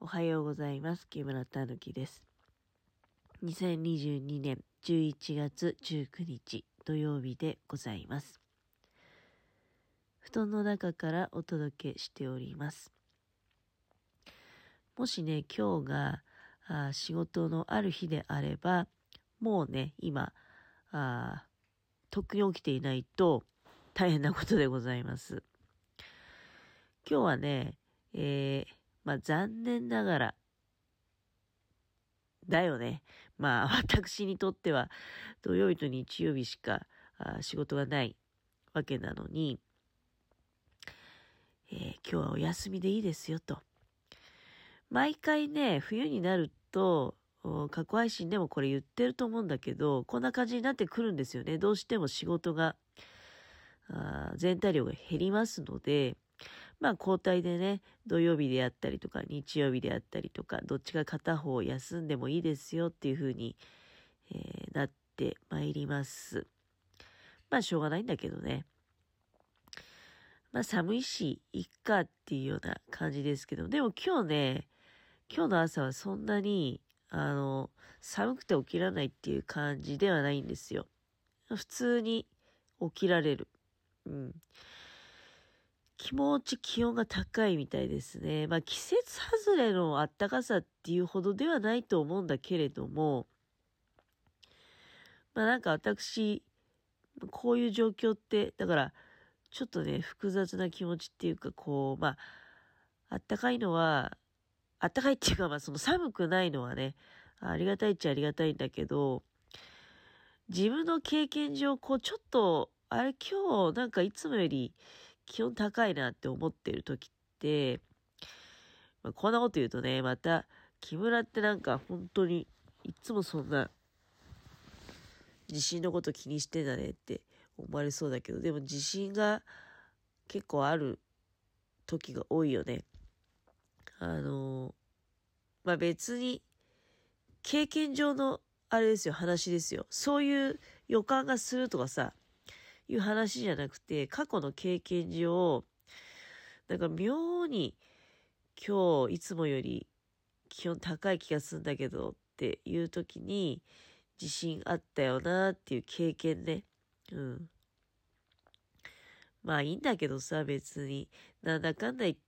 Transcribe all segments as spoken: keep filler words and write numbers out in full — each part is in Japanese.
おはようございます。木村たぬきです。にせんにじゅうにねんじゅういちがつじゅうくにち土曜日でございます。布団の中からお届けしております。もしね、今日があ仕事のある日であれば、もうね、今、あとっくに起きていないと大変なことでございます。今日はね、えー、まあ残念ながら、だよね。まあ私にとっては土曜日と日曜日しかあ仕事がないわけなのに、えー、今日はお休みでいいですよと。毎回ね、冬になると、過去配信でもこれ言ってると思うんだけど、こんな感じになってくるんですよね。どうしても仕事が、あ全体量が減りますので、まあ交代でね、土曜日であったりとか日曜日であったりとか、どっちが片方休んでもいいですよっていう風に、えー、なってまいります。まあしょうがないんだけどね。まあ寒いし、いっかっていうような感じですけど、でも今日ね、今日の朝はそんなに、あの、寒くて起きられないっていう感じではないんですよ。普通に起きられる。うん。気持ち気温が高いみたいですね。まあ季節外れの暖かさっていうほどではないと思うんだけれども、まあなんか私、こういう状況って、だからちょっとね、複雑な気持ちっていうか、こう、まあ、暖かいのは、暖かいっていうか、まあその寒くないのはね、ありがたいっちゃありがたいんだけど、自分の経験上、こうちょっと、あれ今日なんかいつもより、気温高いなって思ってる時って、まあ、こんなこと言うとね、また、木村ってなんか本当に、いつもそんな、地震のこと気にしてんだねって思われそうだけど、でも地震が結構ある時が多いよね。あのー、まあ別に、経験上の、あれですよ、話ですよ。そういう予感がするとかさ、いう話じゃなくて、過去の経験上、なんか妙に今日いつもより気温高い気がするんだけどっていう時に自信あったよなっていう経験ね。うん。まあいいんだけどさ、別に。なんだかんだ言って、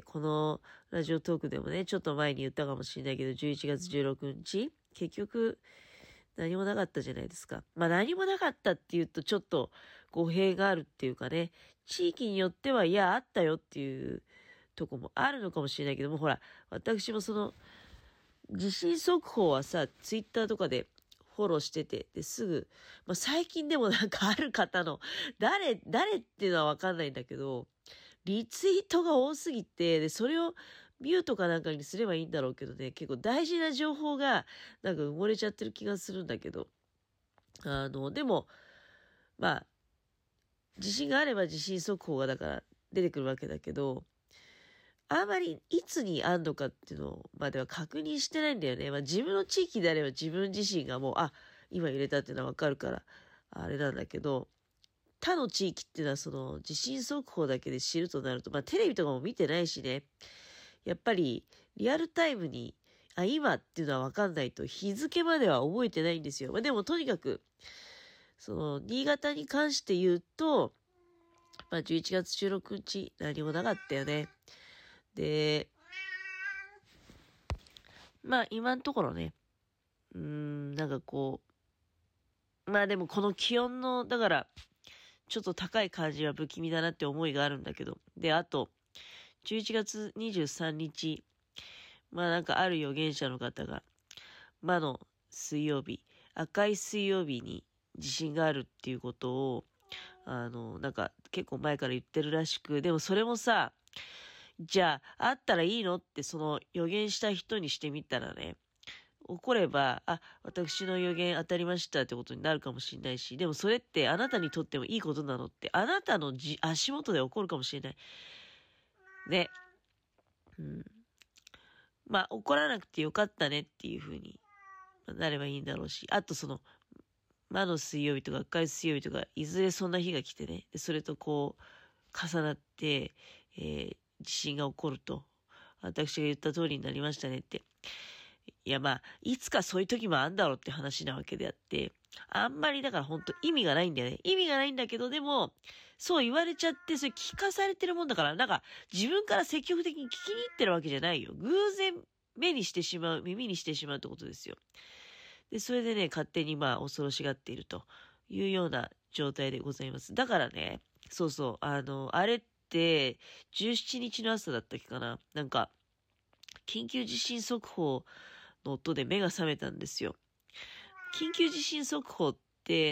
このラジオトークでもね、ちょっと前に言ったかもしれないけど、じゅういちがつじゅうろくにち、結局、何もなかったじゃないですか。まあ何もなかったっていうとちょっと語弊があるっていうかね、地域によってはいやあったよっていうとこもあるのかもしれないけども、ほら、私もその地震速報はさ、ツイッターとかでフォローしてて、ですぐ、まあ、最近でもなんかある方の、誰、誰っていうのはわかんないんだけど、リツイートが多すぎて、で、それをミュートかなんかにすればいいんだろうけどね、結構大事な情報がなんか埋もれちゃってる気がするんだけど、あの、でも、まあ、地震があれば地震速報がだから出てくるわけだけど、あんまりいつにあんのかっていうのまでは確認してないんだよね。まあ自分の地域であれば自分自身がもう、あ、今揺れたっていうのはわかるから、あれなんだけど、他の地域っていうのはその地震速報だけで知るとなると、まあテレビとかも見てないしね、やっぱりリアルタイムに、あ、今っていうのはわかんないと日付までは覚えてないんですよ。まあでもとにかく、その新潟に関して言うと、まあじゅういちがつじゅうろくにち何もなかったよね。で、まあ今のところね、うーん、なんかこう、まあでもこの気温の、だから、ちょっと高い感じは不気味だなって思いがあるんだけど。で、あと、じゅういちがつにじゅうさんにち、まあなんかある預言者の方が、魔の水曜日、赤い水曜日に地震があるっていうことを、あの、なんか結構前から言ってるらしく、でもそれもさ、じゃあ、あったらいいのってその予言した人にしてみたらね、怒れば、あ、私の予言当たりましたってことになるかもしれないし、でもそれってあなたにとってもいいことなのって、あなたのじ足元で起こるかもしれない。ね。うん。まあ、怒らなくてよかったねっていう風になればいいんだろうし、あとその、魔の水曜日とか赤い水曜日とか、いずれそんな日が来てね、でそれとこう、重なって、えー、地震が起こると。 私が言った通りになりましたねって。いやまあ、いつかそういう時もあんだろうって話なわけであって、あんまりだから本当意味がないんだよね。意味がないんだけど、でも、そう言われちゃって、それ聞かされてるもんだから、なんか自分から積極的に聞きに行ってるわけじゃないよ。偶然目にしてしまう、耳にしてしまうってことですよ。で、それでね、勝手にまあ恐ろしがっているというような状態でございます。だからね、そうそう、あの、あれって、じゅうしちにちの朝だったっけかな。なんか、緊急地震速報の音で目が覚めたんですよ。緊急地震速報って、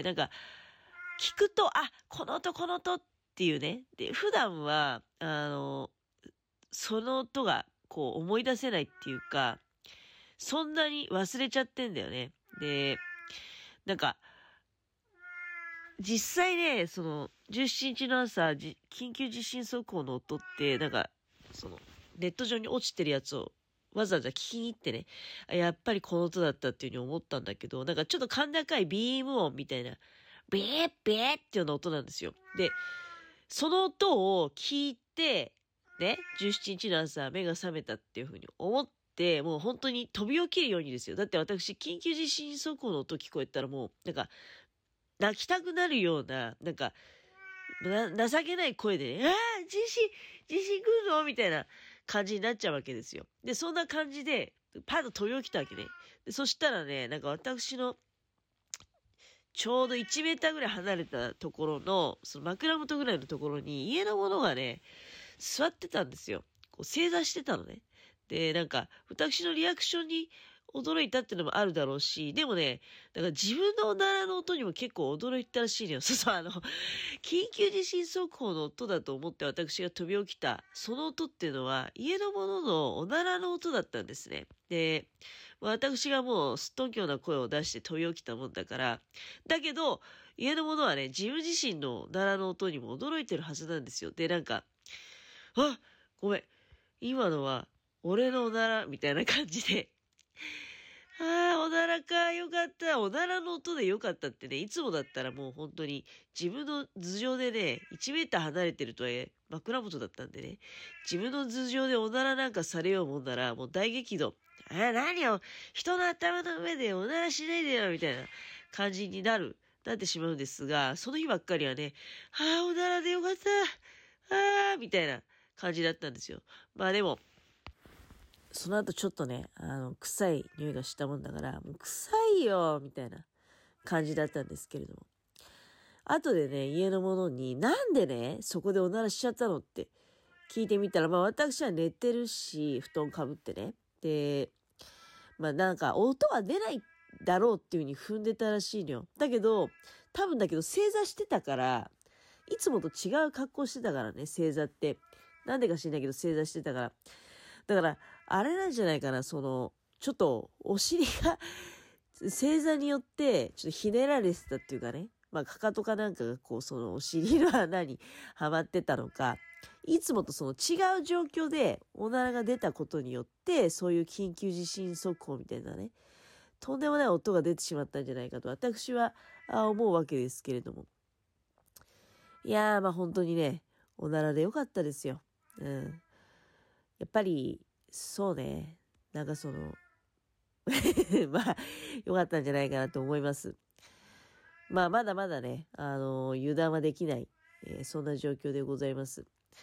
なんか、聞くと、あ、この音、この音っていうね。で、普段は、あの、その音が、こう、思い出せないっていうか、そんなに忘れちゃってんだよね。で、なんか、実際ね、その、じゅうしちにちの朝、緊急地震速報の音って、なんか、その、ネット上に落ちてるやつをわざわざ聞きに行ってね、やっぱりこの音だったっていう風に思ったんだけど、なんかちょっと甲高いビーム音みたいな、ビービーっていうような音なんですよ。で、その音を聞いて、ね、じゅうしちにちの朝目が覚めたっていう風に思って、もう本当に飛び起きるようにですよ。だって私、緊急地震速報の音聞こえたらもう、なんか、泣きたくなるような、なんか、な情けない声でね、ああ、地震、地震来るのみたいな感じになっちゃうわけですよ。で、そんな感じで、パッと飛び起きたわけね。で、そしたらね、なんか私の、ちょうどいちメーターぐらい離れたところの、その枕元ぐらいのところに家の者がね、座ってたんですよ。こう正座してたのね。で、なんか、私のリアクションに驚いたっていうのもあるだろうし、でもね、だから自分のおならの音にも結構驚いたらしいのよ。そうそう、あの、緊急地震速報の音だと思って私が飛び起きた、その音っていうのは、家の者のおならの音だったんですね。で、私がもうすっとんきょうな声を出して飛び起きたもんだから、だけど、家の者はね、自分自身のおならの音にも驚いてるはずなんですよ。で、なんか、あ、ごめん、今のは、俺のおなら、みたいな感じで、ああ、おならか、よかった。おならの音でよかったってね、いつもだったらもう本当に自分の頭上でね、いちメーター離れてるとはいえ、枕元だったんでね、自分の頭上でおならなんかされようもんなら、もう大激怒。ああ、何よ、人の頭の上でおならしないでよ、みたいな感じになる、なってしまうんですが、その日ばっかりはね、ああ、おならでよかった。ああ、みたいな感じだったんですよ。まあでも、その後ちょっとね、あの、臭い匂いがしたもんだから、もう臭いよみたいな感じだったんですけれども。後でね、家の者に、なんでね、そこでおならしちゃったのって聞いてみたら、まあ私は寝てるし、布団かぶってね。で、まあなんか音は出ないだろうっていう風に踏んでたらしいのよ。だけど、多分だけど正座してたから、いつもと違う格好してたからね、正座って。なんでか知んないけど正座してたから。だから、あれなんじゃないかな、その、ちょっと、お尻が正座によって、ちょっとひねられてたっていうかね、まあ、かかとかなんかがこう、その、お尻の穴にはまってたのか、いつもとその違う状況でおならが出たことによって、そういう緊急地震速報みたいなね、とんでもない音が出てしまったんじゃないかと、私は思うわけですけれども。いやー、まあ本当にね、おならでよかったですよ。うん。やっぱり、そうね。なんかそのまあ、よかったんじゃないかなと思います。まあ、まだまだね、あのー油断はできない、えーそんな状況でございます。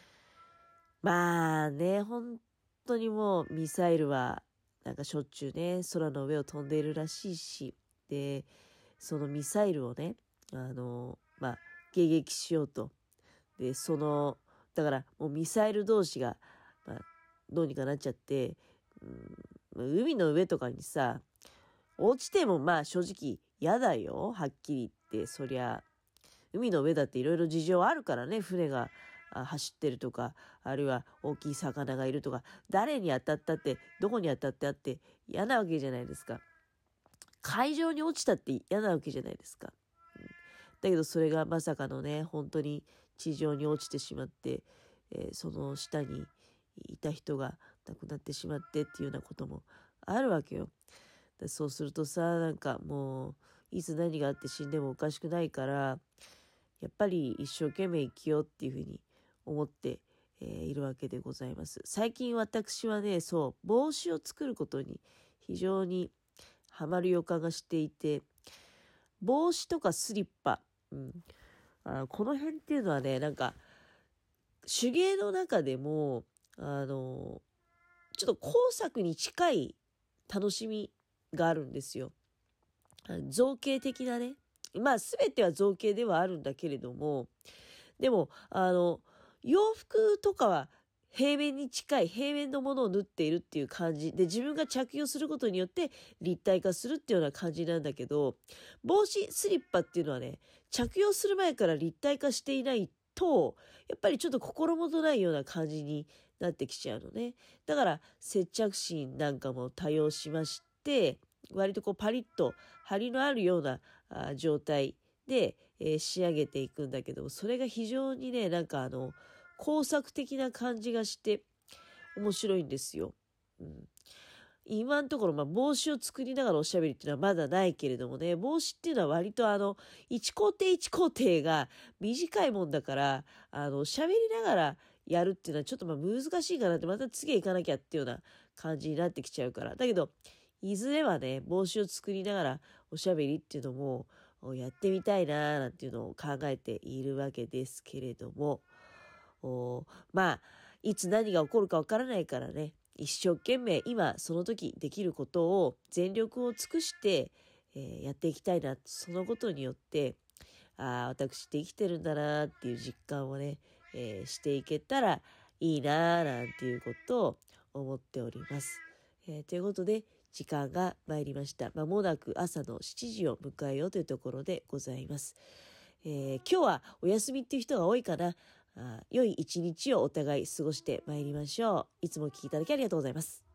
まあね、本当にもうミサイルは、なんかしょっちゅうね、空の上を飛んでいるらしいし、で、そのミサイルをね、あのーまあ、迎撃しようと。で、その、だからもうミサイル同士が、まあ、どうにかなっちゃって、うん、海の上とかにさ、落ちてもまあ正直嫌だよ。はっきり言って。そりゃ、海の上だっていろいろ事情あるからね。船が走ってるとか、あるいは大きい魚がいるとか、誰に当たったって、どこに当たってあって嫌なわけじゃないですか。海上に落ちたって嫌なわけじゃないですか。うん、だけどそれがまさかのね、本当に地上に落ちてしまって、えー、その下にいた人が亡くなってしまってっていうようなこともあるわけよ。そうするとさ、なんかもういつ何があって死んでもおかしくないから、やっぱり一生懸命生きようっていうふうに思って、 えーいるわけでございます。最近私はね、そう、帽子を作ることに非常にハマる予感がしていて、帽子とかスリッパ、うん、あのこの辺っていうのはね、なんか手芸の中でも、あの、ちょっと工作に近い楽しみがあるんですよ。造形的なね。まあ、すべては造形ではあるんだけれども、でも、あの、洋服とかは平面に近い、平面のものを縫っているっていう感じで、自分が着用することによって立体化するっていうような感じなんだけど、帽子、スリッパっていうのはね、着用する前から立体化していないと、やっぱりちょっと心もとないような感じになってきちゃうのね。だから接着芯なんかも多用しまして、割とこうパリッと張りのあるようなあ状態で、えー仕上げていくんだけど、それが非常にね、なんかあの、工作的な感じがして面白いんですよ。うん、今のところ、まあ、帽子を作りながらおしゃべりっていうのはまだないけれどもね、帽子っていうのは割とあの、一工程一工程が短いもんだから、あの、喋りながらやるっていうのはちょっとまあ難しいかなって、また次へ行かなきゃっていうような感じになってきちゃうから。だけど、いずれはね、帽子を作りながらおしゃべりっていうのもやってみたいなーなんていうのを考えているわけですけれども、おまあ、いつ何が起こるかわからないからね、一生懸命今その時できることを全力を尽くして、えーやっていきたいな。そのことによって、ああ、私って生きてるんだなっていう実感をね、えーしていけたらいいななんていうことを思っております。えーということで、時間が参りました。まもなく朝のしちじを迎えようというところでございます。えー今日はお休みっていう人が多いかな。あー良い一日をお互い過ごしてまいりましょう。いつもお聞きいただきありがとうございます。